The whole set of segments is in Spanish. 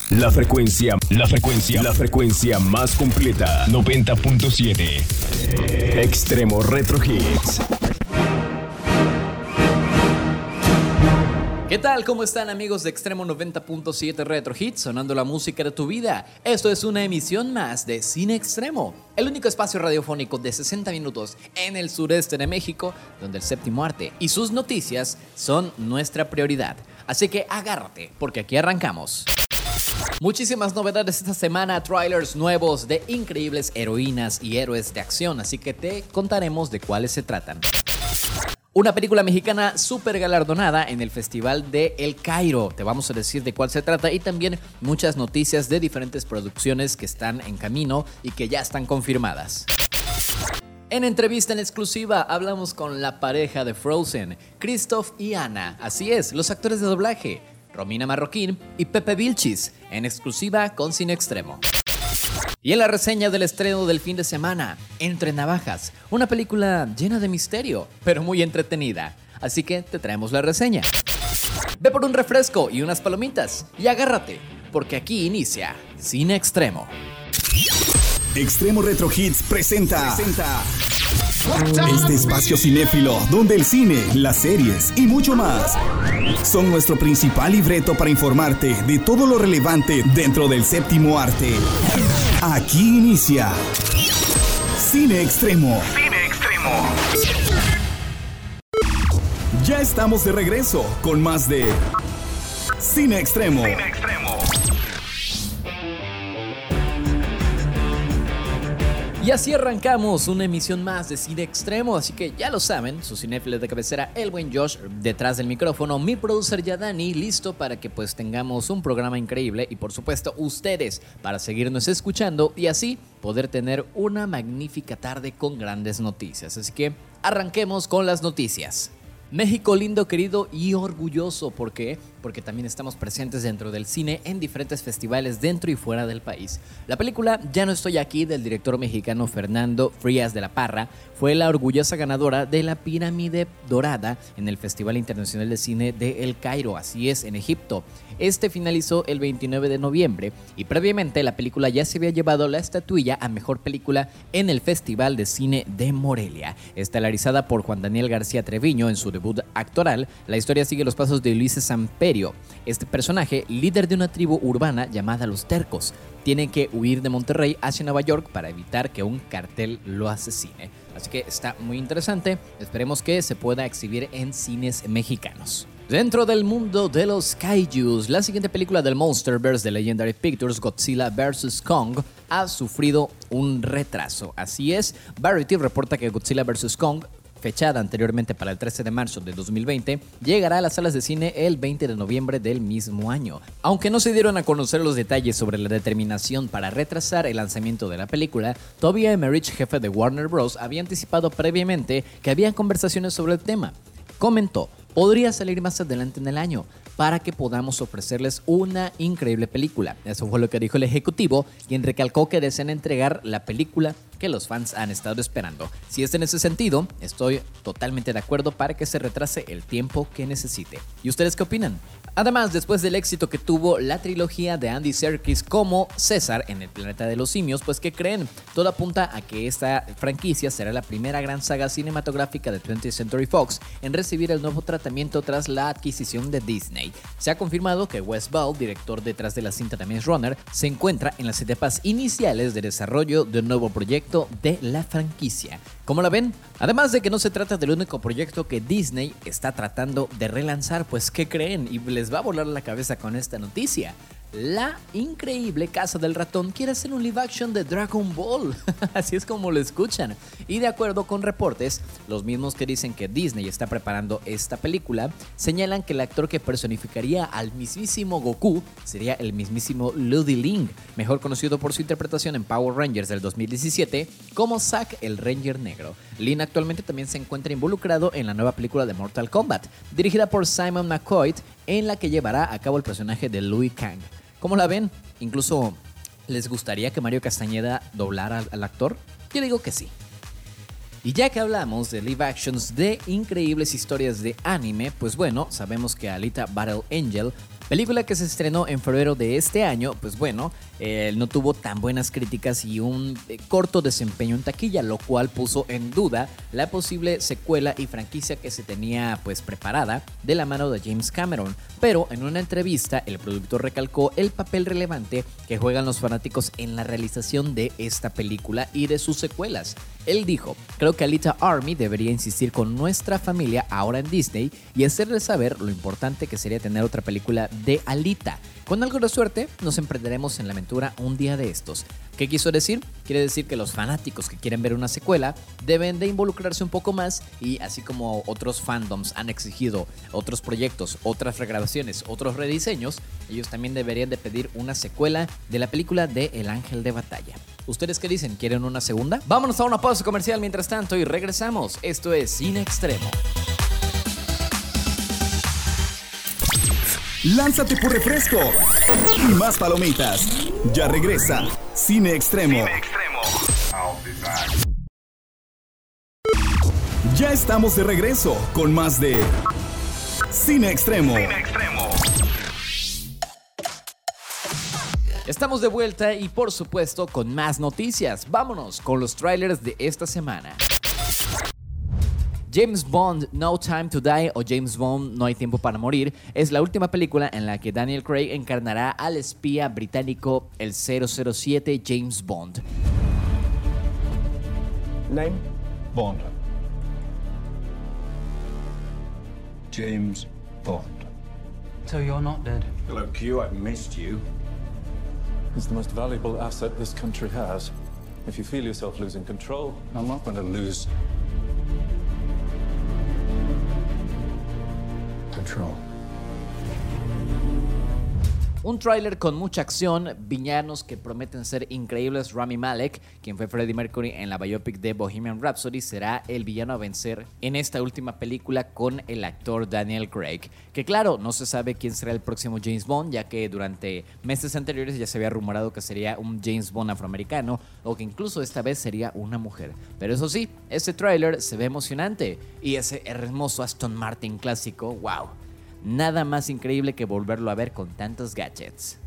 La frecuencia más completa. 90.7. Extremo Retro Hits. ¿Qué tal? ¿Cómo están, amigos de Extremo 90.7 Retro Hits? Sonando la música de tu vida. Esto es una emisión más de Cine Extremo, el único espacio radiofónico de 60 minutos en el sureste de México, donde el séptimo arte y sus noticias son nuestra prioridad. Así que agárrate, porque aquí arrancamos. Muchísimas novedades esta semana, trailers nuevos de increíbles heroínas y héroes de acción, así que te contaremos de cuáles se tratan. Una película mexicana súper galardonada en el Festival de El Cairo. Te vamos a decir de cuál se trata y también muchas noticias de diferentes producciones que están en camino y que ya están confirmadas. En entrevista en exclusiva hablamos con la pareja de Frozen, Christoph y Anna. Así es, los actores de doblaje, Romina Marroquín y Pepe Vilchis, en exclusiva con Cine Extremo. Y en la reseña del estreno del fin de semana, Entre Navajas, una película llena de misterio, pero muy entretenida. Así que te traemos la reseña. Ve por un refresco y unas palomitas y agárrate, porque aquí inicia Cine Extremo. Extremo Retro Hits presenta este espacio cinéfilo donde el cine, las series y mucho más son nuestro principal libreto para informarte de todo lo relevante dentro del séptimo arte. Aquí inicia Cine Extremo. Cine Extremo. Ya estamos de regreso con más de Cine Extremo. Cine Extremo. Y así arrancamos una emisión más de Cine Extremo, así que ya lo saben, su cinéfilo de cabecera, el buen Josh, detrás del micrófono, mi producer ya Dani, listo para que pues tengamos un programa increíble y por supuesto ustedes para seguirnos escuchando y así poder tener una magnífica tarde con grandes noticias. Así que arranquemos con las noticias. México lindo, querido y orgulloso. ¿Por qué? Porque también estamos presentes dentro del cine en diferentes festivales dentro y fuera del país. La película Ya no estoy aquí, del director mexicano Fernando Frías de la Parra, fue la orgullosa ganadora de la Pirámide Dorada en el Festival Internacional de Cine de El Cairo, así es, en Egipto. Este finalizó el 29 de noviembre y previamente la película ya se había llevado la estatuilla a Mejor Película en el Festival de Cine de Morelia. Estelarizada por Juan Daniel García Treviño en su debut actoral, la historia sigue los pasos de Ulises Samperio. Este personaje, líder de una tribu urbana llamada Los Tercos, tiene que huir de Monterrey hacia Nueva York para evitar que un cartel lo asesine. Así que está muy interesante, esperemos que se pueda exhibir en cines mexicanos. Dentro del mundo de los kaijus, la siguiente película del Monsterverse de Legendary Pictures, Godzilla vs. Kong, ha sufrido un retraso. Así es, Variety reporta que Godzilla vs. Kong, fechada anteriormente para el 13 de marzo de 2020, llegará a las salas de cine el 20 de noviembre del mismo año. Aunque no se dieron a conocer los detalles sobre la determinación para retrasar el lanzamiento de la película, Toby Emmerich, jefe de Warner Bros., había anticipado previamente que había conversaciones sobre el tema. Comentó: podría salir más adelante en el año para que podamos ofrecerles una increíble película. Eso fue lo que dijo el ejecutivo, quien recalcó que desean entregar la película que los fans han estado esperando. Si es en ese sentido, estoy totalmente de acuerdo para que se retrase el tiempo que necesite. ¿Y ustedes qué opinan? Además, después del éxito que tuvo la trilogía de Andy Serkis como César en el planeta de los simios, pues ¿qué creen? Todo apunta a que esta franquicia será la primera gran saga cinematográfica de 20th Century Fox en recibir el nuevo tratamiento tras la adquisición de Disney. Se ha confirmado que Wes Ball, director detrás de la cinta de Maze Runner, se encuentra en las etapas iniciales de desarrollo de un nuevo proyecto de la franquicia. ¿Cómo la ven? Además de que no se trata del único proyecto que Disney está tratando de relanzar, pues ¿qué creen? Y les va a volar la cabeza con esta noticia. La increíble Casa del Ratón quiere hacer un live action de Dragon Ball. Así es como lo escuchan. Y de acuerdo con reportes, los mismos que dicen que Disney está preparando esta película, señalan que el actor que personificaría al mismísimo Goku sería el mismísimo Ludi Ling, mejor conocido por su interpretación en Power Rangers del 2017 como Zack el Ranger Negro. Ling actualmente también se encuentra involucrado en la nueva película de Mortal Kombat, dirigida por Simon McCoy, en la que llevará a cabo el personaje de Liu Kang. ¿Cómo la ven? Incluso, ¿les gustaría que Mario Castañeda doblara al actor? Yo digo que sí. Y ya que hablamos de live actions de increíbles historias de anime, pues bueno, sabemos que Alita Battle Angel Película que se estrenó en febrero de este año, pues bueno, no tuvo tan buenas críticas y un corto desempeño en taquilla, lo cual puso en duda la posible secuela y franquicia que se tenía pues preparada de la mano de James Cameron. Pero en una entrevista el productor recalcó el papel relevante que juegan los fanáticos en la realización de esta película y de sus secuelas. Él dijo: creo que Alita Army debería insistir con nuestra familia ahora en Disney y hacerles saber lo importante que sería tener otra película de Alita. Con algo de suerte nos emprenderemos en la aventura un día de estos. ¿Qué quiso decir? Quiere decir que los fanáticos que quieren ver una secuela deben de involucrarse un poco más, y así como otros fandoms han exigido otros proyectos, otras regrabaciones, otros rediseños, ellos también deberían de pedir una secuela de la película de El Ángel de Batalla. ¿Ustedes qué dicen? ¿Quieren una segunda? Vámonos a una pausa comercial mientras tanto y regresamos. Esto es Cine Extremo. Lánzate por refresco y más palomitas. Ya regresa Cine Extremo. Ya estamos de regreso con más de Cine Extremo. Estamos de vuelta y por supuesto con más noticias. Vámonos con los trailers de esta semana. James Bond No Time to Die o James Bond No Hay Tiempo para Morir es la última película en la que Daniel Craig encarnará al espía británico el 007 James Bond. Name? Bond. James Bond. So you're not dead? Hello, Q. I've missed you. It's the most valuable asset this country has. If you feel yourself losing control, I'm not going to lose control. Un tráiler con mucha acción, villanos que prometen ser increíbles. Rami Malek, quien fue Freddie Mercury en la biopic de Bohemian Rhapsody, será el villano a vencer en esta última película con el actor Daniel Craig. Que claro, no se sabe quién será el próximo James Bond, ya que durante meses anteriores ya se había rumorado que sería un James Bond afroamericano o que incluso esta vez sería una mujer. Pero eso sí, este tráiler se ve emocionante y ese hermoso Aston Martin clásico, wow. Nada más increíble que volverlo a ver con tantos gadgets.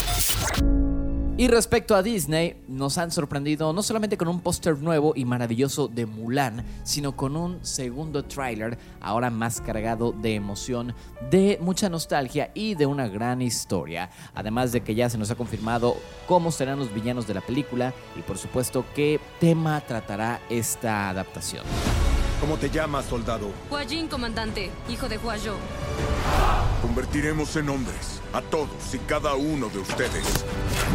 Y respecto a Disney, nos han sorprendido no solamente con un póster nuevo y maravilloso de Mulan, sino con un segundo tráiler, ahora más cargado de emoción, de mucha nostalgia y de una gran historia. Además de que ya se nos ha confirmado cómo serán los villanos de la película y por supuesto qué tema tratará esta adaptación. ¿Cómo te llamas, soldado? Hua Jin, comandante, hijo de Hua Zhou. Convertiremos en hombres a todos y cada uno de ustedes.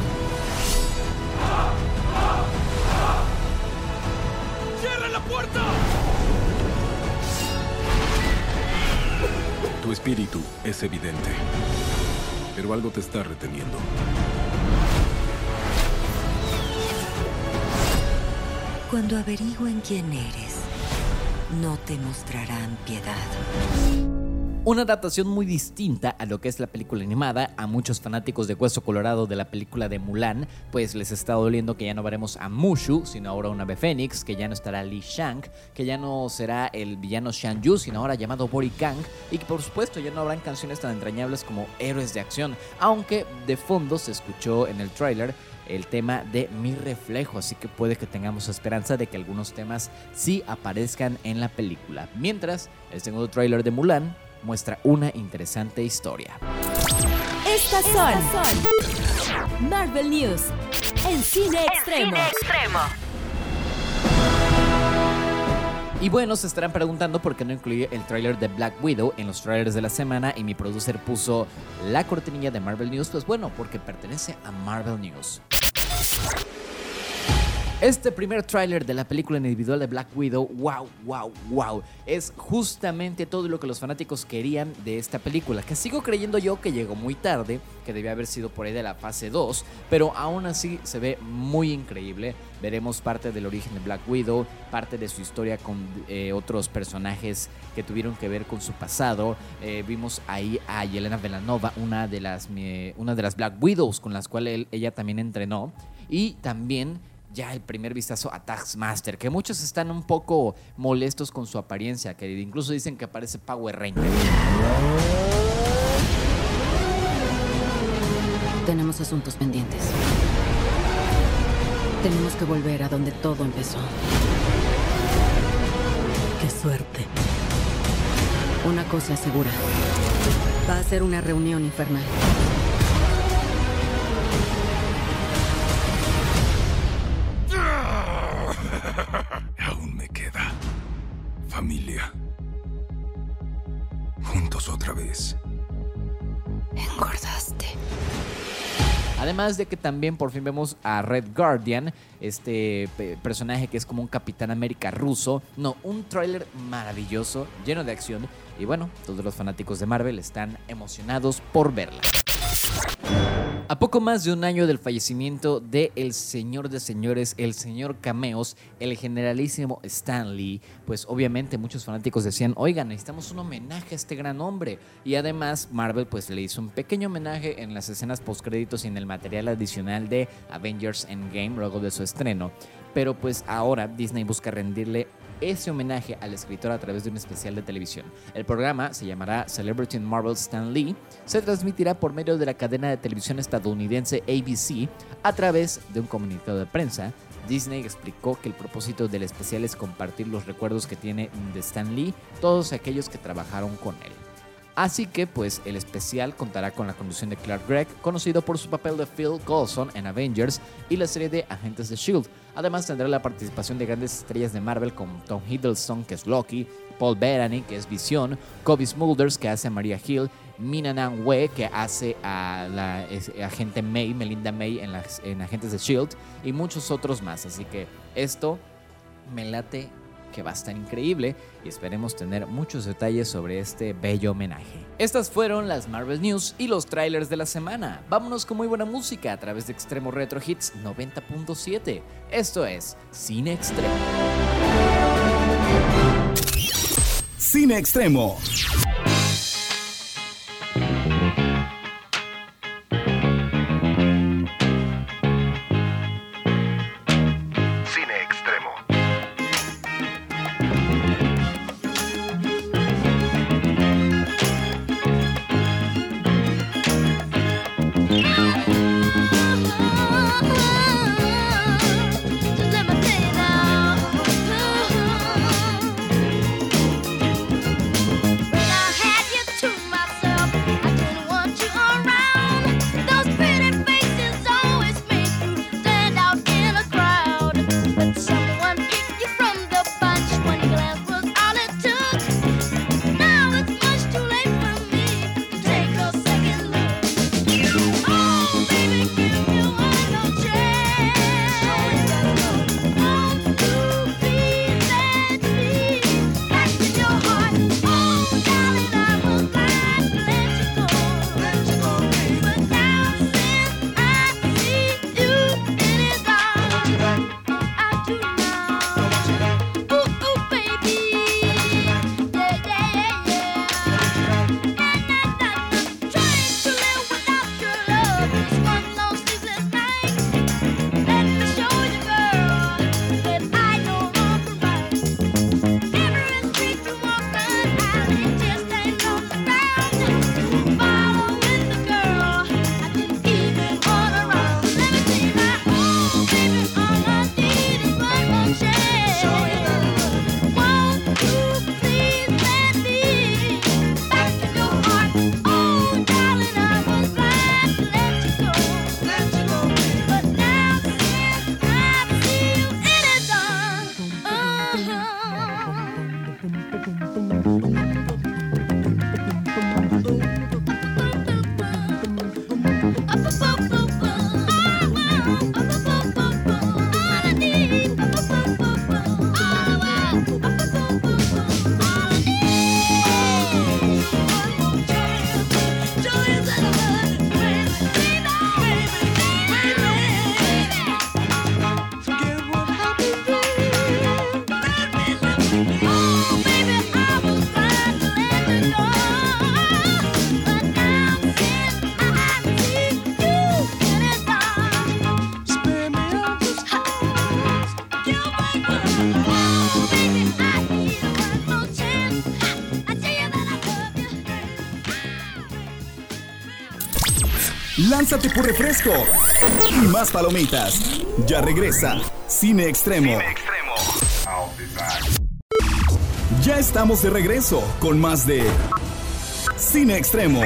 ¡Cierren la puerta! Tu espíritu es evidente, pero algo te está reteniendo. Cuando averigüen quién eres, no te mostrarán piedad. Una adaptación muy distinta a lo que es la película animada. A muchos fanáticos de Hueso Colorado de la película de Mulan, pues les está doliendo que ya no veremos a Mushu, sino ahora un ave fénix, que ya no estará Li Shang, que ya no será el villano Shan Yu, sino ahora llamado Bori Kang, y que por supuesto ya no habrán canciones tan entrañables como Héroes de Acción, aunque de fondo se escuchó en el tráiler el tema de Mi Reflejo, así que puede que tengamos esperanza de que algunos temas sí aparezcan en la película. Mientras, el segundo tráiler de Mulan muestra una interesante historia. Estas son Marvel News en Cine Extremo. Y bueno, se estarán preguntando por qué no incluí el tráiler de Black Widow en los trailers de la semana y mi producer puso la cortinilla de Marvel News. Pues bueno, porque pertenece a Marvel News. Este primer tráiler de la película individual de Black Widow, wow, es justamente todo lo que los fanáticos querían de esta película, que sigo creyendo yo que llegó muy tarde, que debía haber sido por ahí de la fase 2, pero aún así se ve muy increíble. Veremos parte del origen de Black Widow, parte de su historia con otros personajes que tuvieron que ver con su pasado. Vimos ahí a Yelena Belanova, una de las Black Widows con las cuales ella también entrenó, y también ya el primer vistazo a Taskmaster, que muchos están un poco molestos con su apariencia, que incluso dicen que parece Power Ranger. Tenemos asuntos pendientes. Tenemos que volver a donde todo empezó. ¡Qué suerte! Una cosa es segura. Va a ser una reunión infernal. Aún me queda familia. Juntos otra vez. Engordaste. Además de que también por fin vemos a Red Guardian, este personaje que es como un Capitán América ruso. No, un tráiler maravilloso, lleno de acción. Y bueno, todos los fanáticos de Marvel están emocionados por verla. A poco más de un año del fallecimiento de el señor de señores, el señor Cameos, el generalísimo Stan Lee, pues obviamente muchos fanáticos decían, oigan, necesitamos un homenaje a este gran hombre. Y además Marvel pues le hizo un pequeño homenaje en las escenas postcréditos y en el material adicional de Avengers Endgame luego de su estreno. Pero pues ahora Disney busca rendirle ese homenaje al escritor a través de un especial de televisión. El programa se llamará Celebrating Marvel Stan Lee. Se transmitirá por medio de la cadena de televisión estadounidense ABC. A través de un comunicado de prensa, Disney explicó que el propósito del especial es compartir los recuerdos que tiene de Stan Lee todos aquellos que trabajaron con él. Así que pues el especial contará con la conducción de Clark Gregg, conocido por su papel de Phil Coulson en Avengers y la serie de Agentes de S.H.I.E.L.D. Además tendrá la participación de grandes estrellas de Marvel como Tom Hiddleston, que es Loki, Paul Bettany, que es Visión, Cobie Smulders, que hace a Maria Hill, Mina We, que hace a la agente May, Melinda May en Agentes de S.H.I.E.L.D. y muchos otros más. Así que esto me late que va a estar increíble y esperemos tener muchos detalles sobre este bello homenaje. Estas fueron las Marvel News y los trailers de la semana. Vámonos con muy buena música a través de Extremo Retro Hits 90.7. Esto es Cine Extremo. Cine Extremo. When I lánzate por refresco y más palomitas. Ya regresa Cine Extremo. Ya estamos de regreso con más de Cine Extremo.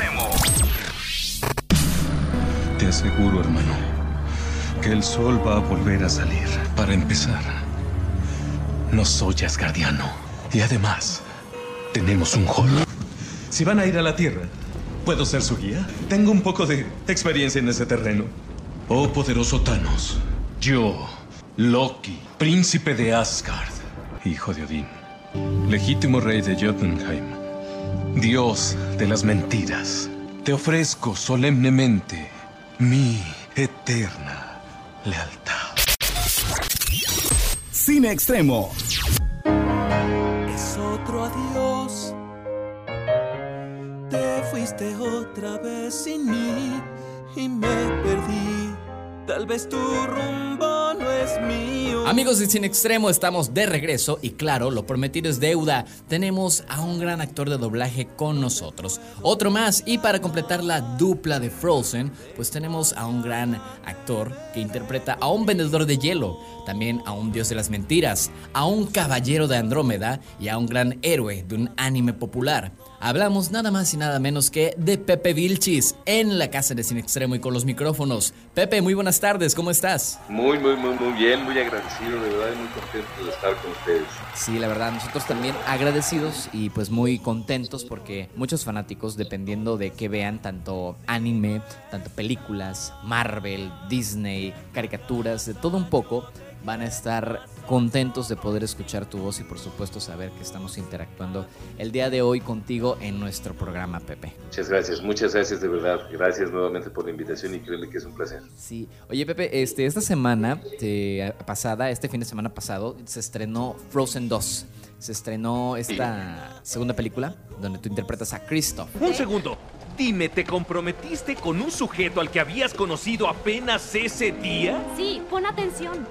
Te aseguro, hermano, que el sol va a volver a salir. Para empezar, no soy asgardiano. Y además, tenemos un Hulk. Si van a ir a la Tierra, ¿puedo ser su guía? Tengo un poco de experiencia en ese terreno. Oh, poderoso Thanos. Yo, Loki, príncipe de Asgard, hijo de Odín, legítimo rey de Jotunheim, dios de las mentiras, te ofrezco solemnemente mi eterna lealtad. Cine Extremo. Es otro adiós. Te fuiste otra vez sin mí y me perdí. Tal vez tu rumbo no es mío. Amigos de Cine Extremo, estamos de regreso y claro, lo prometido es deuda. Tenemos a un gran actor de doblaje con nosotros. Otro más, y para completar la dupla de Frozen, pues tenemos a un gran actor que interpreta a un vendedor de hielo, también a un dios de las mentiras, a un caballero de Andrómeda y a un gran héroe de un anime popular. Hablamos nada más y nada menos que de Pepe Vilchis en la casa de Cine Extremo y con los micrófonos. Pepe, muy buenas tardes, ¿cómo estás? Muy bien, muy agradecido, de verdad, y muy contento de estar con ustedes. Sí, la verdad, nosotros también agradecidos y pues muy contentos porque muchos fanáticos, dependiendo de qué vean, tanto anime, tanto películas, Marvel, Disney, caricaturas, de todo un poco, van a estar contentos de poder escuchar tu voz y por supuesto saber que estamos interactuando el día de hoy contigo en nuestro programa, Pepe. Muchas gracias de verdad. Gracias nuevamente por la invitación y créeme que es un placer. Sí. Oye, Pepe, esta semana pasada, este fin de semana pasado, se estrenó Frozen 2. Se estrenó esta segunda película donde tú interpretas a Kristoff. Un segundo. Dime, ¿te comprometiste con un sujeto al que habías conocido apenas ese día? Sí, pon atención.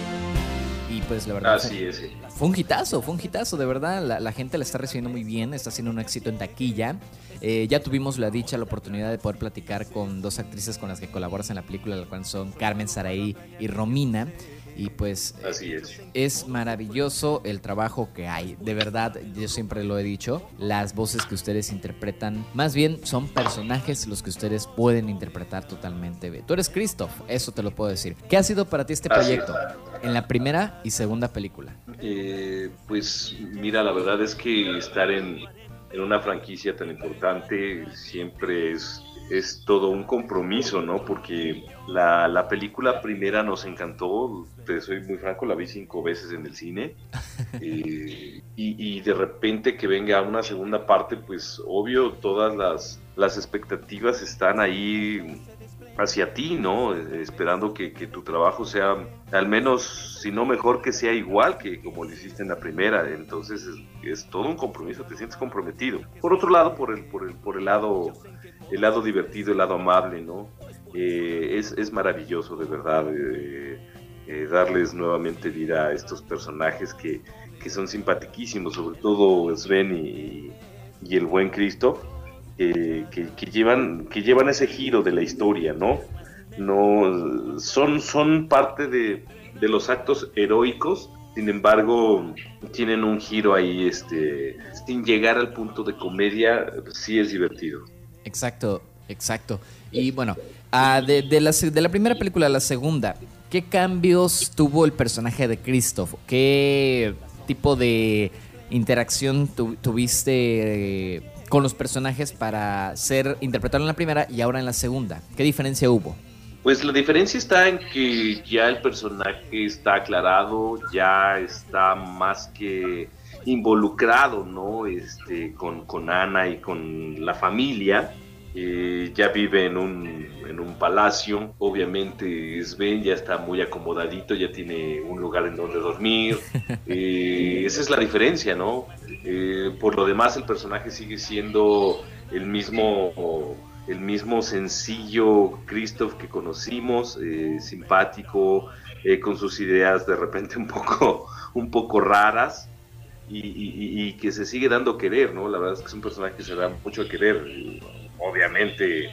Y pues la verdad sí. Fue un hitazo, de verdad. La gente la está recibiendo muy bien, está haciendo un éxito en taquilla. Ya tuvimos la oportunidad de poder platicar con dos actrices con las que colaboras en la película, las cuales son Carmen Saraí y Romina. Y pues así es maravilloso el trabajo que hay. De verdad, yo siempre lo he dicho, las voces que ustedes interpretan, más bien son personajes los que ustedes pueden interpretar totalmente bien. Tú eres Kristoff, eso te lo puedo decir. ¿Qué ha sido para ti este proyecto en la primera y segunda película? Pues mira, la verdad es que estar en una franquicia tan importante siempre es todo un compromiso, ¿no? Porque la película primera nos encantó, te soy muy franco, la vi 5 veces en el cine y de repente que venga una segunda parte, pues obvio todas las expectativas están ahí hacia ti, ¿no? Esperando que tu trabajo sea al menos, si no mejor, que sea igual que como lo hiciste en la primera. Entonces es todo un compromiso, te sientes comprometido. Por otro lado, por el lado divertido, el lado amable, ¿no? Es maravilloso, de verdad, darles nuevamente vida a estos personajes que son simpaticísimos, sobre todo Sven y el buen Kristoff, que llevan ese giro de la historia, ¿no? No son parte de los actos heroicos. Sin embargo, tienen un giro ahí, sin llegar al punto de comedia, sí es divertido. Exacto. Y bueno, de la primera película a la segunda, ¿qué cambios tuvo el personaje de Kristoff? ¿Qué tipo de interacción tuviste con los personajes para interpretarlo en la primera y ahora en la segunda? ¿Qué diferencia hubo? Pues la diferencia está en que ya el personaje está aclarado, ya está más que involucrado, ¿no? Con Anna y con la familia. Ya vive en un palacio. Obviamente Sven ya está muy acomodadito, ya tiene un lugar en donde dormir. Esa es la diferencia, ¿no? Por lo demás, el personaje sigue siendo el mismo sencillo Kristoff que conocimos, simpático, con sus ideas de repente un poco raras, y que se sigue dando a querer, ¿no? La verdad es que es un personaje que se da mucho a querer. Obviamente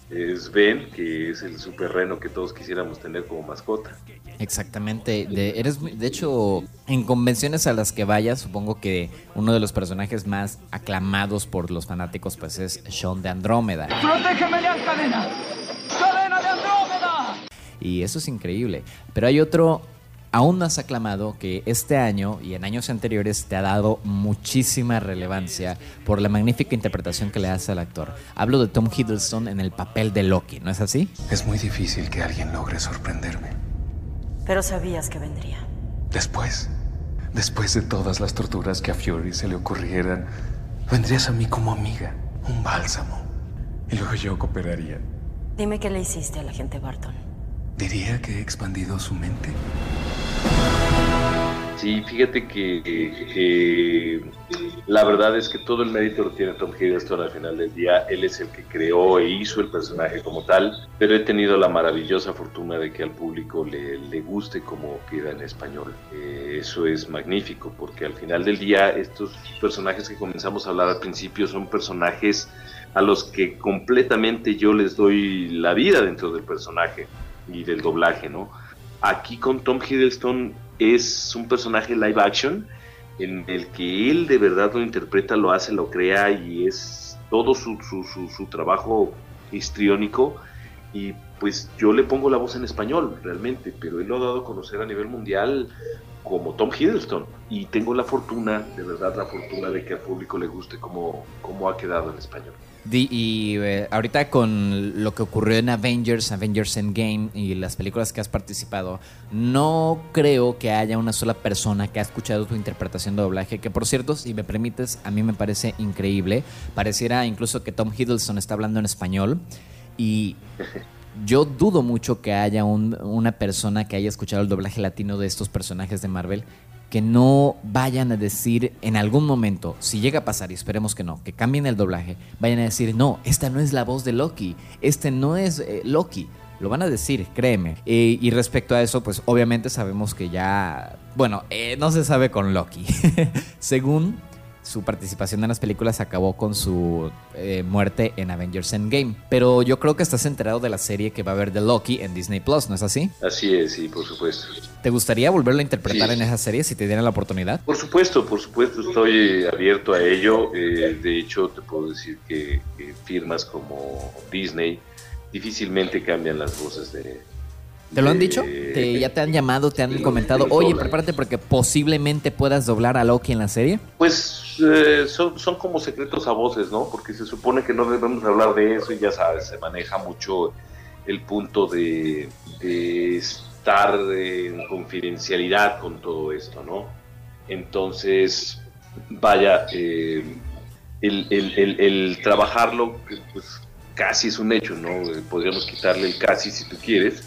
Sven, que es el super reno que todos quisiéramos tener como mascota. Exactamente. De hecho, en convenciones a las que vayas, supongo que uno de los personajes más aclamados por los fanáticos pues es Sean de Andrómeda. ¡Protégeme de cadena! ¡Cadena de Andrómeda! Y eso es increíble. Pero hay otro aún más aclamado que este año y en años anteriores te ha dado muchísima relevancia por la magnífica interpretación que le hace al actor. Hablo de Tom Hiddleston en el papel de Loki, ¿no es así? Es muy difícil que alguien logre sorprenderme. Pero sabías que vendría. Después de todas las torturas que a Fury se le ocurrieran, vendrías a mí como amiga, un bálsamo. Y luego yo cooperaría. Dime qué le hiciste al agente Barton. Diría que he expandido su mente. Sí, fíjate que la verdad es que todo el mérito lo tiene Tom Hiddleston al final del día. Él es el que creó e hizo el personaje como tal, pero he tenido la maravillosa fortuna de que al público le guste como queda en español. Eso es magnífico, porque al final del día estos personajes que comenzamos a hablar al principio son personajes a los que completamente yo les doy la vida dentro del personaje y del doblaje, ¿no? Aquí con Tom Hiddleston es un personaje live action en el que él de verdad lo interpreta, lo hace, lo crea y es todo su trabajo histriónico, y pues yo le pongo la voz en español realmente, pero él lo ha dado a conocer a nivel mundial como Tom Hiddleston y tengo la fortuna, de verdad la fortuna de que al público le guste cómo ha quedado en español. Y ahorita con lo que ocurrió en Avengers Endgame y las películas que has participado, no creo que haya una sola persona que ha escuchado tu interpretación de doblaje, que por cierto, si me permites, a mí me parece increíble. Pareciera incluso que Tom Hiddleston está hablando en español y yo dudo mucho que haya una persona que haya escuchado el doblaje latino de estos personajes de Marvel que no vayan a decir en algún momento, si llega a pasar, y esperemos que no, que cambien el doblaje, vayan a decir, no, esta no es la voz de Loki, este no es Loki. Lo van a decir, créeme. Y respecto a eso, pues obviamente sabemos que ya, bueno, no se sabe con Loki. Según su participación en las películas acabó con su muerte en Avengers Endgame. Pero yo creo que estás enterado de la serie que va a haber de Loki en Disney Plus, ¿no es así? Así es, sí, por supuesto. ¿Te gustaría volverlo a interpretar en esa serie si te dieran la oportunidad? Por supuesto, estoy abierto a ello. De hecho, te puedo decir que firmas como Disney difícilmente cambian las voces de... ¿Te lo han dicho? ¿Ya te han llamado, te han comentado, oye, prepárate porque posiblemente puedas doblar a Loki en la serie? Pues son como secretos a voces, ¿no? Porque se supone que no debemos hablar de eso y ya sabes, se maneja mucho el punto de estar en confidencialidad con todo esto, ¿no? Entonces, vaya, el trabajarlo, pues casi es un hecho, ¿no? Podríamos quitarle el casi si tú quieres.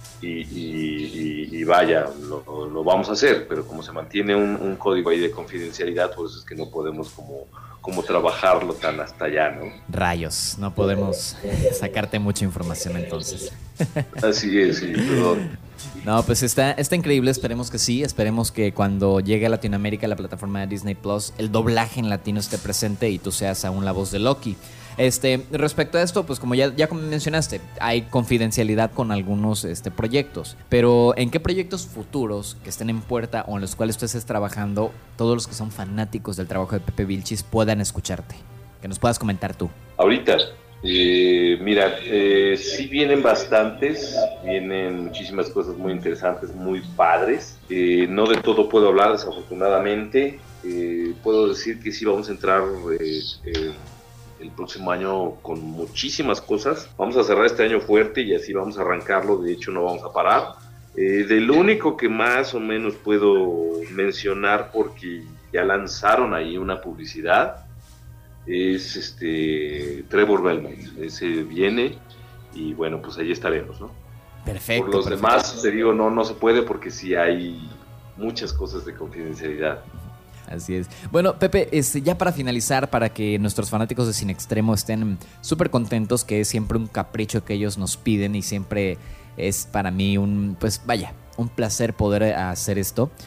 Y vaya, lo vamos a hacer, pero como se mantiene un código ahí de confidencialidad, pues es que no podemos como trabajarlo tan hasta allá, ¿no? Rayos, no podemos sacarte mucha información entonces. Así es, sí, perdón. No, pues está increíble, esperemos que sí, esperemos que cuando llegue a Latinoamérica la plataforma de Disney Plus, el doblaje en latino esté presente y tú seas aún la voz de Loki. Respecto a esto, pues como ya mencionaste, hay confidencialidad con algunos proyectos, pero ¿en qué proyectos futuros que estén en puerta o en los cuales tú estés trabajando, todos los que son fanáticos del trabajo de Pepe Vilchis puedan escucharte? Que nos puedas comentar tú. Ahorita, mira, sí vienen bastantes, vienen muchísimas cosas muy interesantes, muy padres. No de todo puedo hablar, desafortunadamente. Puedo decir que sí vamos a entrar el próximo año con muchísimas cosas. Vamos a cerrar este año fuerte y así vamos a arrancarlo. De hecho, no vamos a parar. De lo único que más o menos puedo mencionar, porque ya lanzaron ahí una publicidad, es Trevor Belmont. Ese viene y bueno, pues ahí estaremos, ¿no? Perfecto. Por los demás, te digo, no se puede porque sí hay muchas cosas de confidencialidad. Así es. Bueno, Pepe, ya para finalizar, para que nuestros fanáticos de Cine Extremo estén súper contentos, que es siempre un capricho que ellos nos piden y siempre es para mí un placer poder hacer esto.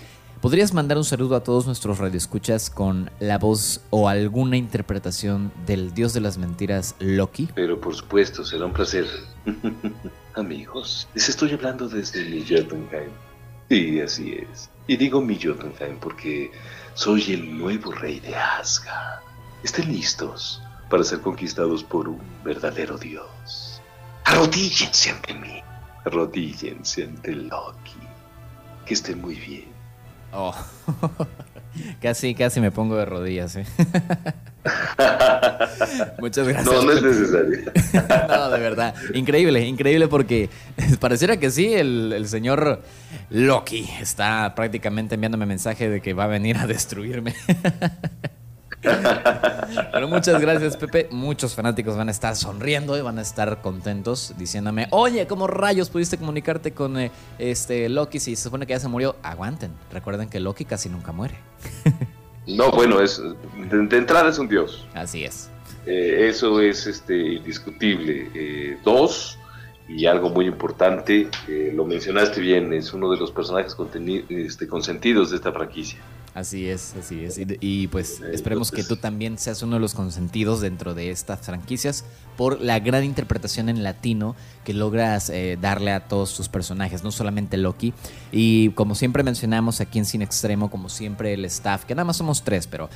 ¿podrías mandar un saludo a todos nuestros radioescuchas con la voz o alguna interpretación del dios de las mentiras, Loki? Pero por supuesto, será un placer. Amigos, les estoy hablando desde mi Jotunheim. Sí, así es. Y digo mi Jotunheim porque soy el nuevo rey de Asgard. Estén listos para ser conquistados por un verdadero dios. Arrodíllense ante mí. Arrodíllense ante Loki. Que estén muy bien. Oh, casi me pongo de rodillas, ¿eh? Muchas gracias. No es necesario. No, de verdad. Increíble porque pareciera que sí, el señor Loki está prácticamente enviándome mensaje de que va a venir a destruirme. Pero muchas gracias, Pepe. Muchos fanáticos van a estar sonriendo y van a estar contentos diciéndome: oye, ¿cómo rayos pudiste comunicarte con Loki si se supone que ya se murió? Aguanten, recuerden que Loki casi nunca muere. No, bueno, de entrada es un dios. Así es. Eso es indiscutible. Dos, y algo muy importante, lo mencionaste bien, es uno de los personajes consentidos de esta franquicia. Así es. Y pues esperemos que tú también seas uno de los consentidos dentro de estas franquicias por la gran interpretación en latino que logras darle a todos tus personajes, no solamente Loki. Y como siempre mencionamos aquí en Cine Extremo, como siempre el staff, que nada más somos 3, pero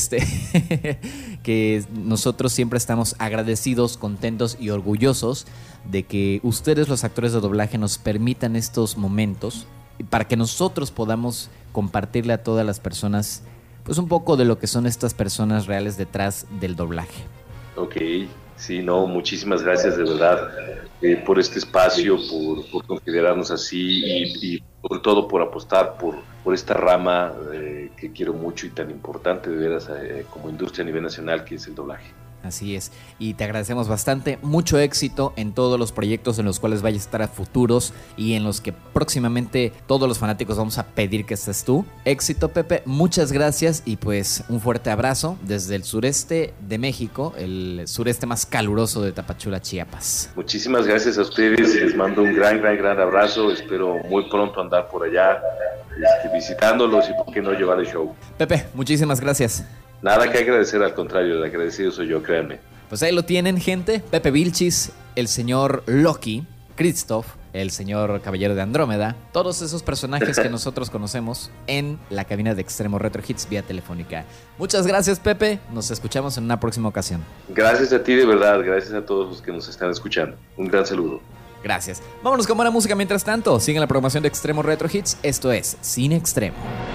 que nosotros siempre estamos agradecidos, contentos y orgullosos de que ustedes, los actores de doblaje, nos permitan estos momentos para que nosotros podamos compartirle a todas las personas pues un poco de lo que son estas personas reales detrás del doblaje. Ok, sí, no, muchísimas gracias de verdad por este espacio, por considerarnos así y sobre todo por apostar por esta rama que quiero mucho y tan importante de veras como industria a nivel nacional, que es el doblaje. Así es, y te agradecemos bastante, mucho éxito en todos los proyectos en los cuales vayas a estar a futuros y en los que próximamente todos los fanáticos vamos a pedir que estés tú. Éxito, Pepe, muchas gracias y pues un fuerte abrazo desde el sureste de México, el sureste más caluroso de Tapachula, Chiapas. Muchísimas gracias a ustedes, les mando un gran abrazo, espero muy pronto andar por allá visitándolos y por qué no llevar el show. Pepe, muchísimas gracias. Nada que agradecer, al contrario, el agradecido soy yo, créanme. Pues ahí lo tienen, gente. Pepe Vilchis, el señor Loki, Kristoff, el señor Caballero de Andrómeda, todos esos personajes que nosotros conocemos en la cabina de Extremo Retro Hits vía telefónica. Muchas gracias, Pepe. Nos escuchamos en una próxima ocasión. Gracias a ti, de verdad. Gracias a todos los que nos están escuchando. Un gran saludo. Gracias. Vámonos con buena música mientras tanto. Siguen la programación de Extremo Retro Hits. Esto es Cine Extremo.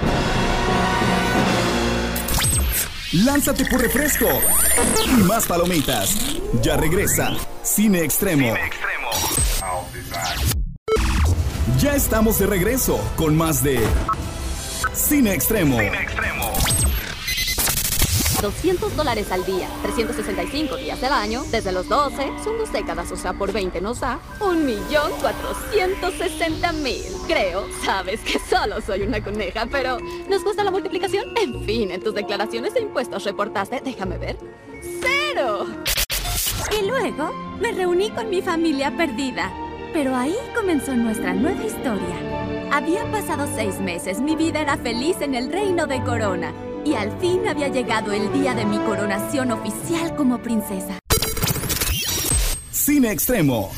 Lánzate por refresco y más palomitas. Ya regresa Cine Extremo. Ya estamos de regreso con más de Cine Extremo. $200 al día, 365 días al año, desde los 12, son 2 décadas, o sea, por 20 nos da 1,460,000. Creo, sabes que solo soy una coneja, pero ¿nos gusta la multiplicación? En fin, en tus declaraciones de impuestos reportaste, déjame ver, 0. Y luego me reuní con mi familia perdida. Pero ahí comenzó nuestra nueva historia. Había pasado 6 meses, mi vida era feliz en el reino de Corona. Y al fin había llegado el día de mi coronación oficial como princesa. Cine Extremo.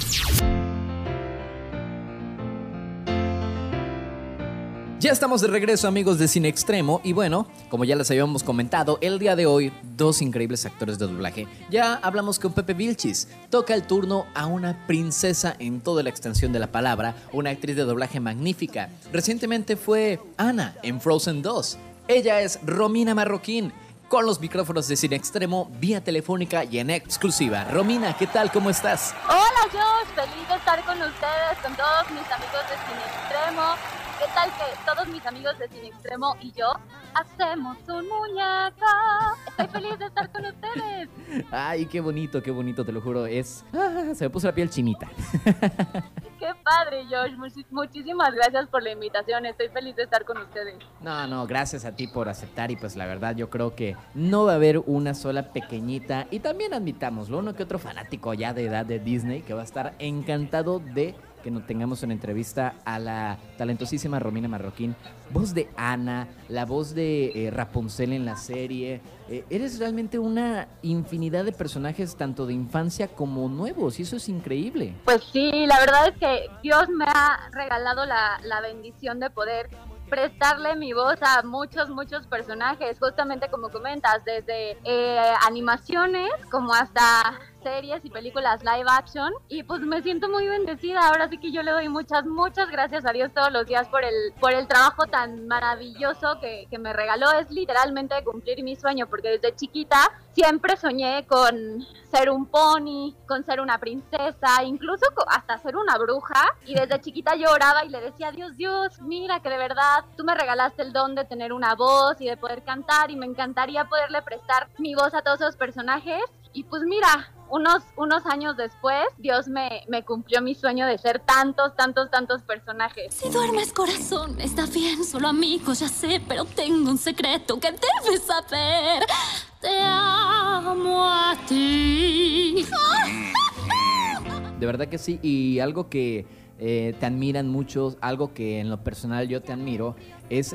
Ya estamos de regreso, amigos de Cine Extremo, y bueno, como ya les habíamos comentado, el día de hoy, 2 increíbles actores de doblaje. Ya hablamos con Pepe Vilchis, toca el turno a una princesa en toda la extensión de la palabra, una actriz de doblaje magnífica. Recientemente fue Anna en Frozen 2. Ella es Romina Marroquín, con los micrófonos de Cine Extremo, vía telefónica y en exclusiva. Romina, ¿qué tal? ¿Cómo estás? Hola, Josh, feliz de estar con ustedes, con todos mis amigos de Cine Extremo. ¿Qué tal que todos mis amigos de Cine Extremo y yo hacemos un muñeco? Estoy feliz de estar con ustedes. Ay, qué bonito, te lo juro. Se me puso la piel chinita. Qué padre, Josh. Muchísimas gracias por la invitación. Estoy feliz de estar con ustedes. No, gracias a ti por aceptar. Y pues la verdad yo creo que no va a haber una sola pequeñita. Y también admitámoslo, uno que otro fanático ya de edad de Disney que va a estar encantado de que nos tengamos una entrevista a la talentosísima Romina Marroquín, voz de Anna, la voz de Rapunzel en la serie. Eres realmente una infinidad de personajes, tanto de infancia como nuevos, y eso es increíble. Pues sí, la verdad es que Dios me ha regalado la bendición de poder prestarle mi voz a muchos personajes, justamente como comentas, desde animaciones como hasta series y películas live action, y pues me siento muy bendecida. Ahora sí que yo le doy muchas gracias a Dios todos los días por el trabajo tan maravilloso que me regaló. Es literalmente cumplir mi sueño, porque desde chiquita siempre soñé con ser un pony, con ser una princesa, incluso hasta ser una bruja, y desde chiquita yo oraba y le decía, Dios, mira que de verdad tú me regalaste el don de tener una voz y de poder cantar, y me encantaría poderle prestar mi voz a todos esos personajes. Y pues mira, unos años después, Dios me cumplió mi sueño de ser tantos personajes. Si duermes, corazón, está bien, solo amigos, ya sé, pero tengo un secreto que debes saber. Te amo a ti. De verdad que sí, y algo que te admiran mucho, algo que en lo personal yo te admiro, es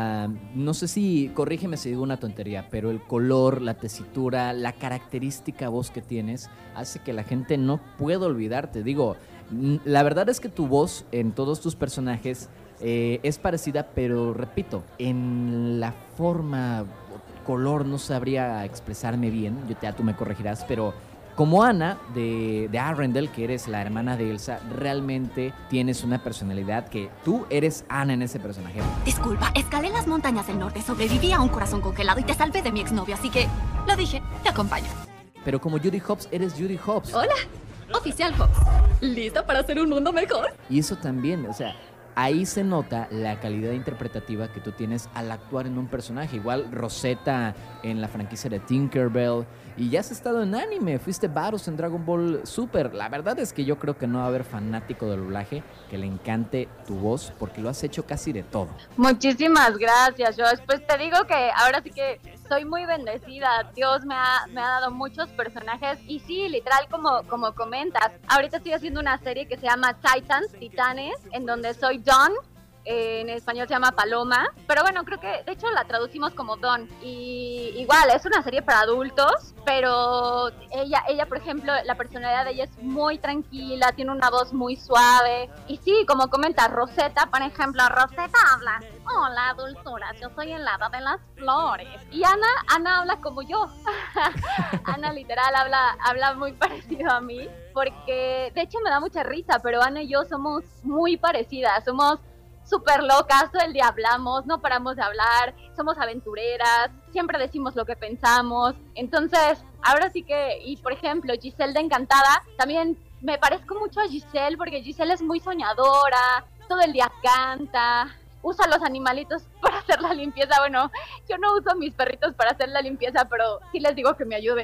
no sé si, corrígeme si digo una tontería, pero el color, la tesitura, la característica voz que tienes, hace que la gente no pueda olvidarte. Digo, la verdad es que tu voz en todos tus personajes es parecida, pero repito, en la forma, color, no sabría expresarme bien, tú me corregirás, pero como Anna de Arendelle, que eres la hermana de Elsa, realmente tienes una personalidad que tú eres Anna en ese personaje. Disculpa, escalé las montañas del norte, sobreviví a un corazón congelado y te salvé de mi exnovio, así que lo dije, te acompaño. Pero como Judy Hopps, eres Judy Hopps. Hola, oficial Hopps. ¿Lista para hacer un mundo mejor? Y eso también, o sea, ahí se nota la calidad interpretativa que tú tienes al actuar en un personaje. Igual Rosetta en la franquicia de Tinkerbell. Y ya has estado en anime, fuiste Varus en Dragon Ball Super. La verdad es que yo creo que no va a haber fanático del doblaje que le encante tu voz, porque lo has hecho casi de todo. Muchísimas gracias, Josh. Pues te digo que ahora sí que soy muy bendecida. Dios me ha dado muchos personajes. Y sí, literal, como comentas, ahorita estoy haciendo una serie que se llama Titanes, en donde soy Dawn. En español se llama Paloma, pero bueno, creo que de hecho la traducimos como Dawn. Y igual es una serie para adultos, pero ella por ejemplo, la personalidad de ella es muy tranquila, tiene una voz muy suave. Y sí, como comenta Rosetta, por ejemplo, Rosetta habla: hola dulzura, yo soy el hada de las flores. Y Anna habla como yo. Anna literal habla muy parecido a mí, porque de hecho me da mucha risa, pero Anna y yo somos muy parecidas, somos súper locas, todo el día hablamos, no paramos de hablar, somos aventureras, siempre decimos lo que pensamos. Entonces, ahora sí que, y por ejemplo, Giselle de Encantada, también me parezco mucho a Giselle, porque Giselle es muy soñadora, todo el día canta, usa los animalitos para hacer la limpieza. Bueno, yo no uso a mis perritos para hacer la limpieza, pero sí les digo que me ayuden.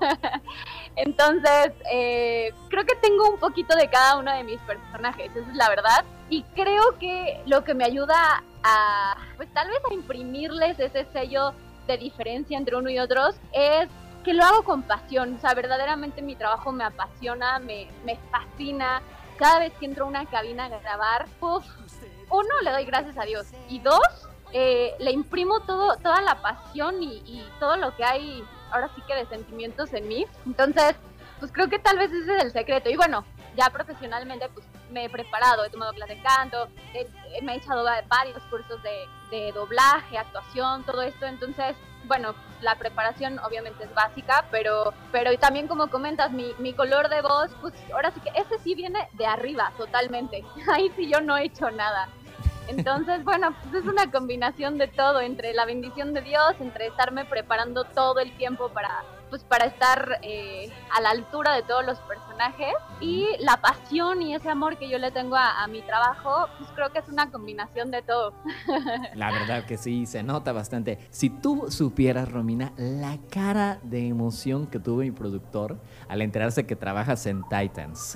Entonces, creo que tengo un poquito de cada uno de mis personajes, esa es la verdad. Y creo que lo que me ayuda a, pues tal vez a imprimirles ese sello de diferencia entre uno y otros, es que lo hago con pasión. O sea, verdaderamente mi trabajo me apasiona, me fascina. Cada vez que entro a una cabina a grabar, uno, le doy gracias a Dios, y dos, le imprimo toda la pasión y todo lo que hay, ahora sí que de sentimientos en mí. Entonces, pues creo que tal vez ese es el secreto. Y bueno, ya profesionalmente pues me he preparado, he tomado clases de canto, me he echado varios cursos de doblaje, actuación, todo esto. Entonces, bueno, la preparación obviamente es básica, pero también, como comentas, mi color de voz, pues ahora sí que ese sí viene de arriba totalmente. Ahí sí yo no he hecho nada. Entonces, bueno, pues es una combinación de todo, entre la bendición de Dios, entre estarme preparando todo el tiempo para estar a la altura de todos los personajes, y la pasión y ese amor que yo le tengo a mi trabajo, pues creo que es una combinación de todo. La verdad que sí, se nota bastante. Si tú supieras, Romina, la cara de emoción que tuvo mi productor al enterarse que trabajas en Titans.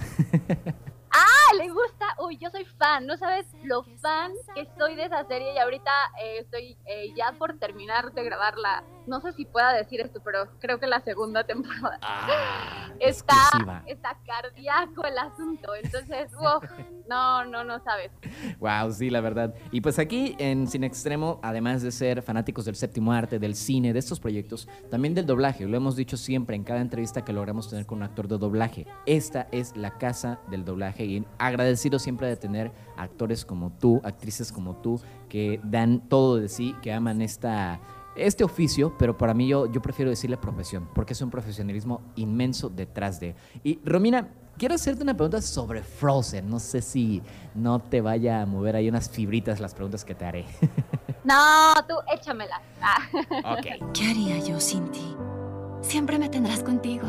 Le gusta, yo soy fan, no sabes lo fan que soy de esa serie, y ahorita estoy ya por terminar de grabar no sé si pueda decir esto, pero creo que la segunda temporada está cardíaco el asunto. Entonces, no sabes. Wow, sí, la verdad. Y pues aquí en Cine Extremo, además de ser fanáticos del séptimo arte, del cine, de estos proyectos, también del doblaje. Lo hemos dicho siempre en cada entrevista que logramos tener con un actor de doblaje. Esta es la casa del doblaje y agradecido siempre de tener actores como tú, actrices como tú, que dan todo de sí, que aman este oficio, pero para mí yo prefiero decirle profesión, porque es un profesionalismo inmenso detrás de. Y Romina, quiero hacerte una pregunta sobre Frozen. No sé si no te vaya a mover ahí unas fibritas las preguntas que te haré. No, tú échamelas. Ok. ¿Qué haría yo sin ti? Siempre me tendrás contigo.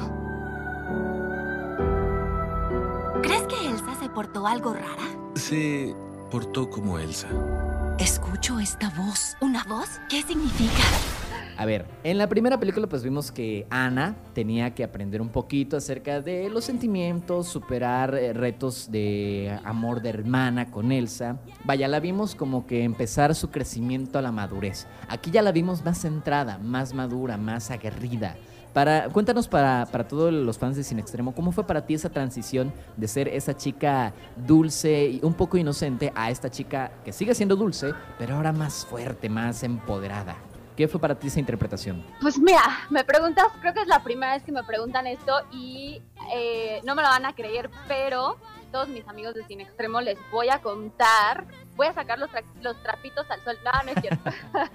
¿Crees que Elsa se portó algo rara? Se portó como Elsa. Escucho esta voz. ¿Una voz? ¿Qué significa? A ver, en la primera película pues vimos que Anna tenía que aprender un poquito acerca de los sentimientos, superar retos de amor de hermana con Elsa. Vaya, la vimos como que empezar su crecimiento a la madurez. Aquí ya la vimos más centrada, más madura, más aguerrida. Cuéntanos para todos los fans de Cine Extremo, ¿cómo fue para ti esa transición de ser esa chica dulce y un poco inocente a esta chica que sigue siendo dulce, pero ahora más fuerte, más empoderada? ¿Qué fue para ti esa interpretación? Pues mira, me preguntas, creo que es la primera vez que me preguntan esto y no me lo van a creer, pero todos mis amigos de Cine Extremo les voy a contar, voy a sacar los trapitos al sol. No es cierto.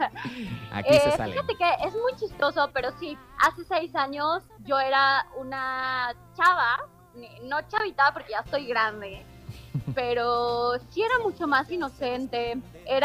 Aquí se sale. Fíjate que es muy chistoso, pero sí, hace 6 años yo era una chava, no chavita porque ya estoy grande, pero sí era mucho más inocente,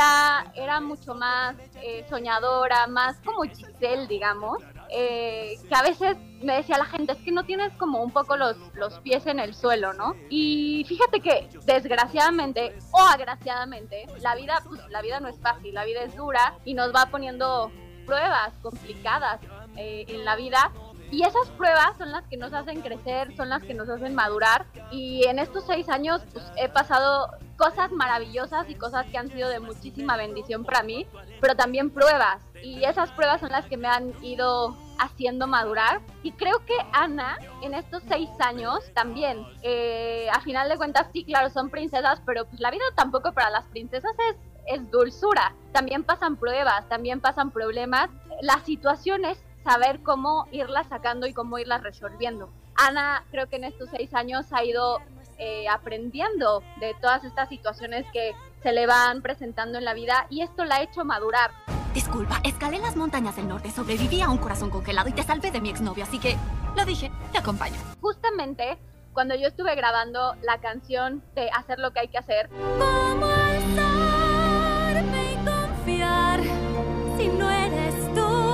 era mucho más soñadora, más como Giselle, digamos, que a veces me decía la gente, es que no tienes como un poco los pies en el suelo, ¿no? Y fíjate que desgraciadamente o agraciadamente, la vida no es fácil, la vida es dura y nos va poniendo pruebas complicadas en la vida. Y esas pruebas son las que nos hacen crecer, son las que nos hacen madurar. Y en estos 6 años pues, he pasado cosas maravillosas y cosas que han sido de muchísima bendición para mí, pero también pruebas. Y esas pruebas son las que me han ido haciendo madurar. Y creo que Anna, en estos 6 años, también, a final de cuentas, sí, claro, son princesas, pero pues la vida tampoco para las princesas es dulzura. También pasan pruebas, también pasan problemas. Las situaciones, saber cómo irlas sacando y cómo irlas resolviendo. Ana, creo que en estos 6 años ha ido aprendiendo de todas estas situaciones que se le van presentando en la vida y esto la ha hecho madurar. Disculpa, escalé las montañas del norte, sobreviví a un corazón congelado y te salvé de mi exnovio, así que lo dije, te acompaño. Justamente cuando yo estuve grabando la canción de Hacer lo que hay que hacer. ¿Cómo alzarme y confiar si no eres tú?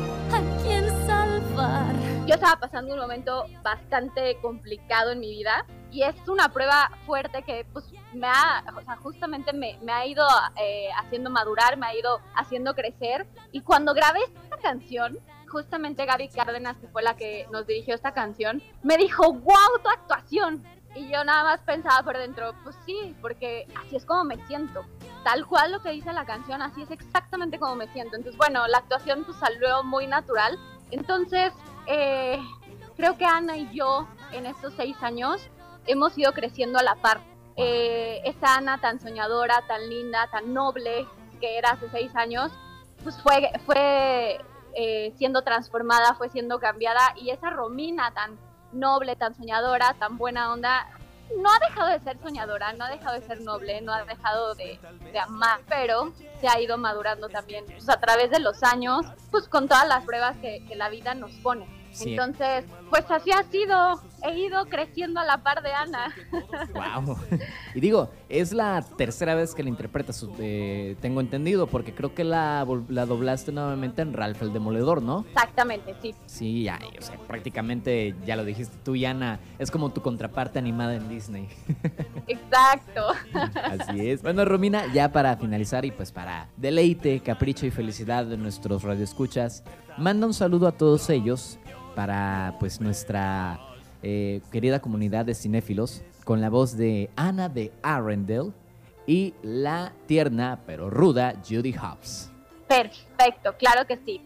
Yo estaba pasando un momento bastante complicado en mi vida y es una prueba fuerte que pues justamente me ha ido haciendo madurar, me ha ido haciendo crecer. Y cuando grabé esta canción, justamente Gaby Cárdenas, que fue la que nos dirigió esta canción, me dijo, ¡wow, tu actuación! Y yo nada más pensaba por dentro, pues sí, porque así es como me siento. Tal cual lo que dice la canción, así es exactamente como me siento. Entonces, bueno, la actuación pues salió muy natural. Entonces, creo que Ana y yo en estos 6 años hemos ido creciendo a la par. Esa Ana tan soñadora, tan linda, tan noble que era hace 6 años, pues fue siendo transformada, fue siendo cambiada, y esa Romina tan noble, tan soñadora, tan buena onda, no ha dejado de ser soñadora, no ha dejado de ser noble, no ha dejado de amar, pero se ha ido madurando también pues, a través de los años, pues con todas las pruebas que la vida nos pone. Sí. Entonces, pues así ha sido, he ido creciendo a la par de Ana. Wow. Y digo, es la tercera vez que la interpretas, tengo entendido, porque creo que la doblaste nuevamente en Ralph el Demoledor, ¿no? Exactamente, sí. Sí, ya, o sea, prácticamente ya lo dijiste tú y Ana, es como tu contraparte animada en Disney. Exacto. Así es. Bueno, Romina, ya para finalizar y pues para deleite, capricho y felicidad de nuestros radioescuchas, manda un saludo a todos ellos para pues nuestra querida comunidad de cinéfilos, con la voz de Ana de Arendelle y la tierna pero ruda Judy Hopps. Perfecto, claro que sí.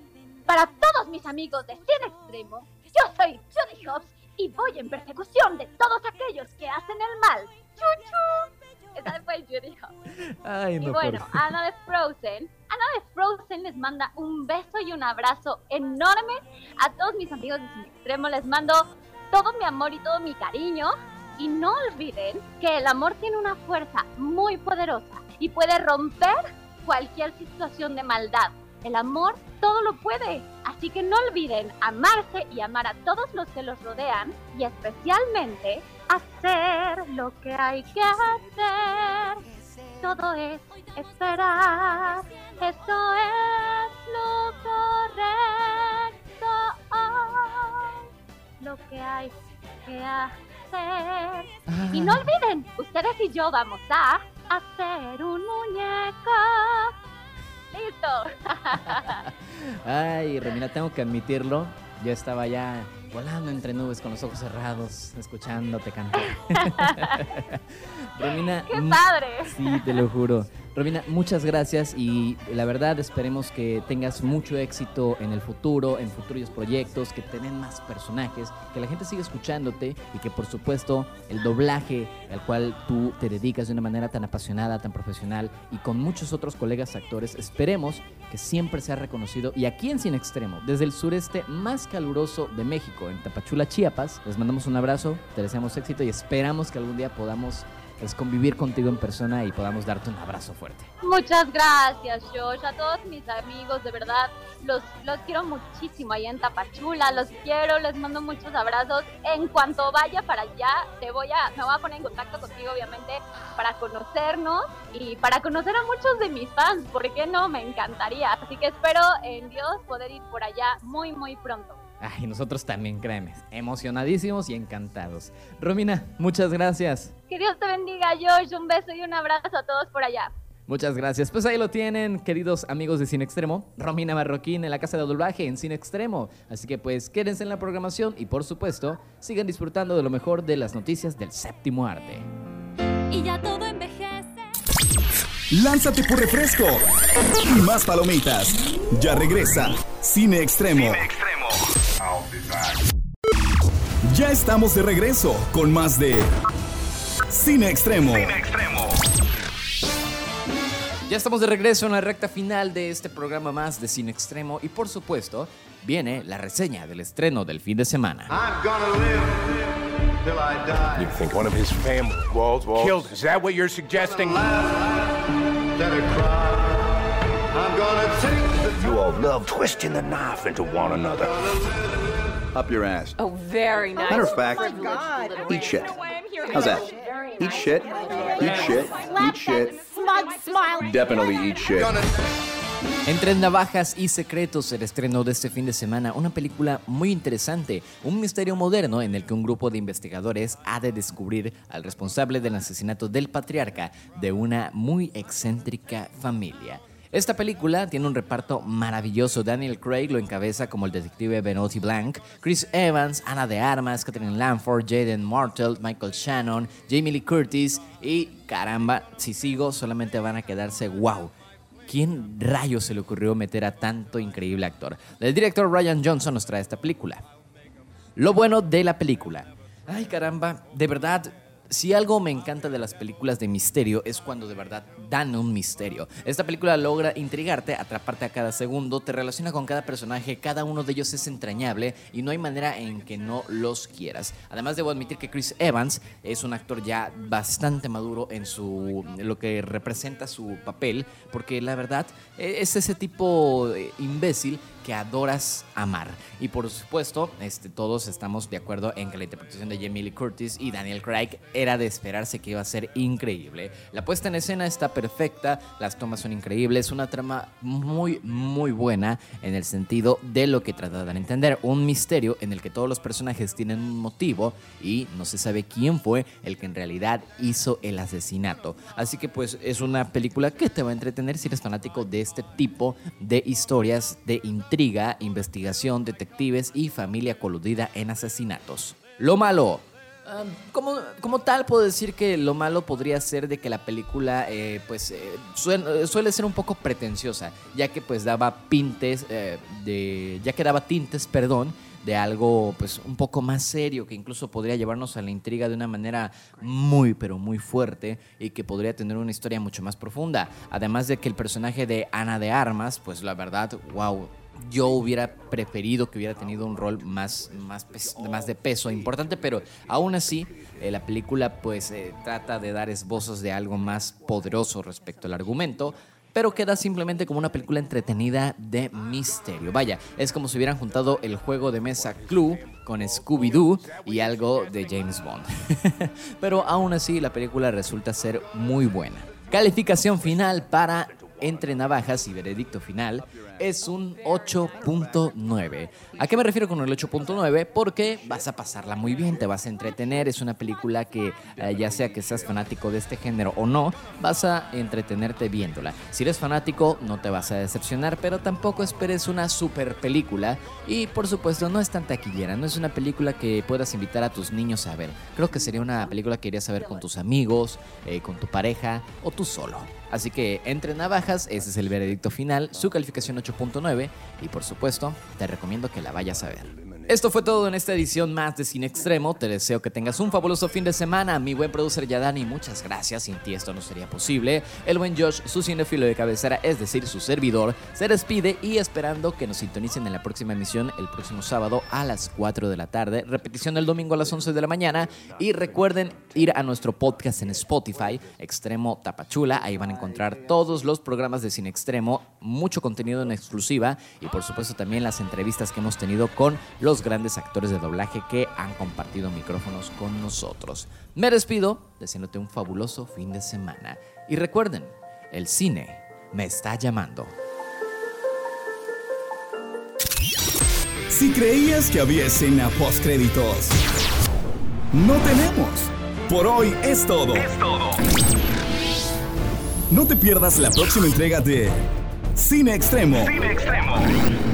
para todos mis amigos de Cine Extremo, yo soy Judy Hobbs y voy en persecución de todos aquellos que hacen el mal. ¡Chuchu! Esa fue Judy Hobbs. Ay, no, y bueno, Anna de Frozen les manda un beso y un abrazo enorme. A todos mis amigos de Cine Extremo les mando todo mi amor y todo mi cariño. Y no olviden que el amor tiene una fuerza muy poderosa y puede romper cualquier situación de maldad. El amor todo lo puede, así que no olviden amarse y amar a todos los que los rodean y especialmente hacer lo que hay que hacer. Todo es esperar, eso es lo correcto, lo que hay que hacer. Y no olviden, ustedes y yo vamos a hacer un muñeco. ¡Listo! Ay, Romina, tengo que admitirlo. Yo estaba ya volando entre nubes con los ojos cerrados, escuchándote cantar. Romina, ¡qué padre! Sí, te lo juro. Romina, muchas gracias y la verdad esperemos que tengas mucho éxito en el futuro, en futuros proyectos, que te den más personajes, que la gente siga escuchándote y que por supuesto el doblaje al cual tú te dedicas de una manera tan apasionada, tan profesional y con muchos otros colegas actores, esperemos que siempre sea reconocido. Y aquí en Cine Extremo, desde el sureste más caluroso de México, en Tapachula, Chiapas, les mandamos un abrazo, te deseamos éxito y esperamos que algún día podamos convivir contigo en persona y podamos darte un abrazo fuerte. Muchas gracias, Josh. A todos mis amigos, de verdad, los quiero muchísimo allá en Tapachula, los quiero, les mando muchos abrazos. En cuanto vaya para allá, me voy a poner en contacto contigo, obviamente, para conocernos y para conocer a muchos de mis fans, ¿por qué no? Me encantaría. Así que espero en Dios poder ir por allá muy, muy pronto. Ay, nosotros también, créeme, emocionadísimos y encantados. Romina, muchas gracias. Que Dios te bendiga, Josh. Un beso y un abrazo a todos por allá. Muchas gracias. Pues ahí lo tienen, queridos amigos de Cine Extremo. Romina Marroquín en la casa de doblaje en Cine Extremo. Así que pues quédense en la programación y por supuesto sigan disfrutando de lo mejor de las noticias del séptimo arte. Y ya todo envejece. Lánzate por refresco y más palomitas. Ya regresa Cine Extremo. Cine Extremo. Ya estamos de regreso con más de Cine Extremo. Cine Extremo. Ya estamos de regreso en la recta final de este programa más de Cine Extremo y por supuesto viene la reseña del estreno del fin de semana. I'm gonna live till I die. You think one of his family, Walls, killed? Is that what you're suggesting? Let it cry. I'm gonna take the... You all love twisting the knife into one another. Up your ass. Oh, very nice. Matter of fact, eat shit. How's that? Eat shit, eat shit, eat shit. Smug smile. Definitely eat shit. Entre navajas y secretos, el estreno de este fin de semana, una película muy interesante, un misterio moderno en el que un grupo de investigadores ha de descubrir al responsable del asesinato del patriarca de una muy excéntrica familia. Esta película tiene un reparto maravilloso. Daniel Craig lo encabeza como el detective Benoit Blanc, Chris Evans, Ana de Armas, Catherine Langford, Jaden Martell, Michael Shannon, Jamie Lee Curtis y caramba, si sigo solamente van a quedarse wow. ¿Quién rayos se le ocurrió meter a tanto increíble actor? El director Rian Johnson nos trae esta película. Lo bueno de la película. Ay caramba, de verdad... Si algo me encanta de las películas de misterio es cuando de verdad dan un misterio. Esta película logra intrigarte, atraparte a cada segundo, te relaciona con cada personaje, cada uno de ellos es entrañable y no hay manera en que no los quieras. Además debo admitir que Chris Evans es un actor ya bastante maduro en lo que representa su papel, porque la verdad es ese tipo imbécil que adoras amar. Y por supuesto, todos estamos de acuerdo en que la interpretación de Jamie Lee Curtis y Daniel Craig era de esperarse que iba a ser increíble. La puesta en escena está perfecta, las tomas son increíbles, una trama muy, muy buena en el sentido de lo que trata de dar a entender. Un misterio en el que todos los personajes tienen un motivo y no se sabe quién fue el que en realidad hizo el asesinato. Así que pues es una película que te va a entretener si eres fanático de este tipo de historias de intriga, investigación, detectives y familia coludida en asesinatos. Lo malo. Como tal, puedo decir que lo malo podría ser de que la película suele ser un poco pretenciosa, ya que pues daba tintes de algo pues un poco más serio, que incluso podría llevarnos a la intriga de una manera muy pero muy fuerte y que podría tener una historia mucho más profunda. Además de que el personaje de Ana de Armas, pues la verdad, wow, yo hubiera preferido que hubiera tenido un rol más de peso importante, pero aún así la película pues trata de dar esbozos de algo más poderoso respecto al argumento, pero queda simplemente como una película entretenida de misterio. Vaya, es como si hubieran juntado el juego de mesa Clue con Scooby-Doo y algo de James Bond. Pero aún así la película resulta ser muy buena. Calificación final para Entre Navajas y veredicto final es un 8.9. ¿A qué me refiero con el 8.9? Porque vas a pasarla muy bien, te vas a entretener. Es una película que ya sea que seas fanático de este género o no, vas a entretenerte viéndola. Si eres fanático no te vas a decepcionar, pero tampoco esperes una super película. Y por supuesto no es tan taquillera, no es una película que puedas invitar a tus niños a ver. Creo que sería una película que irías a ver con tus amigos, con tu pareja o tú solo. Así que Entre Navajas, ese es el veredicto final, su calificación 8.9 y por supuesto te recomiendo que la vayas a ver. Esto fue todo en esta edición más de Cine Extremo. Te deseo que tengas un fabuloso fin de semana. Mi buen producer Yadani, muchas gracias. Sin ti esto no sería posible. El buen Josh, su cinéfilo de cabecera, es decir, su servidor, se despide y esperando que nos sintonicen en la próxima emisión el próximo sábado a las 4 de la tarde. Repetición el domingo a las 11 de la mañana. Y recuerden ir a nuestro podcast en Spotify, Extremo Tapachula. Ahí van a encontrar todos los programas de Cine Extremo, mucho contenido en exclusiva y por supuesto también las entrevistas que hemos tenido con los grandes actores de doblaje que han compartido micrófonos con nosotros. Me despido deseándote un fabuloso fin de semana. Y recuerden, el cine me está llamando. Si creías que había escena postcréditos, no tenemos. Por hoy es todo. No te pierdas la próxima entrega de Cine Extremo.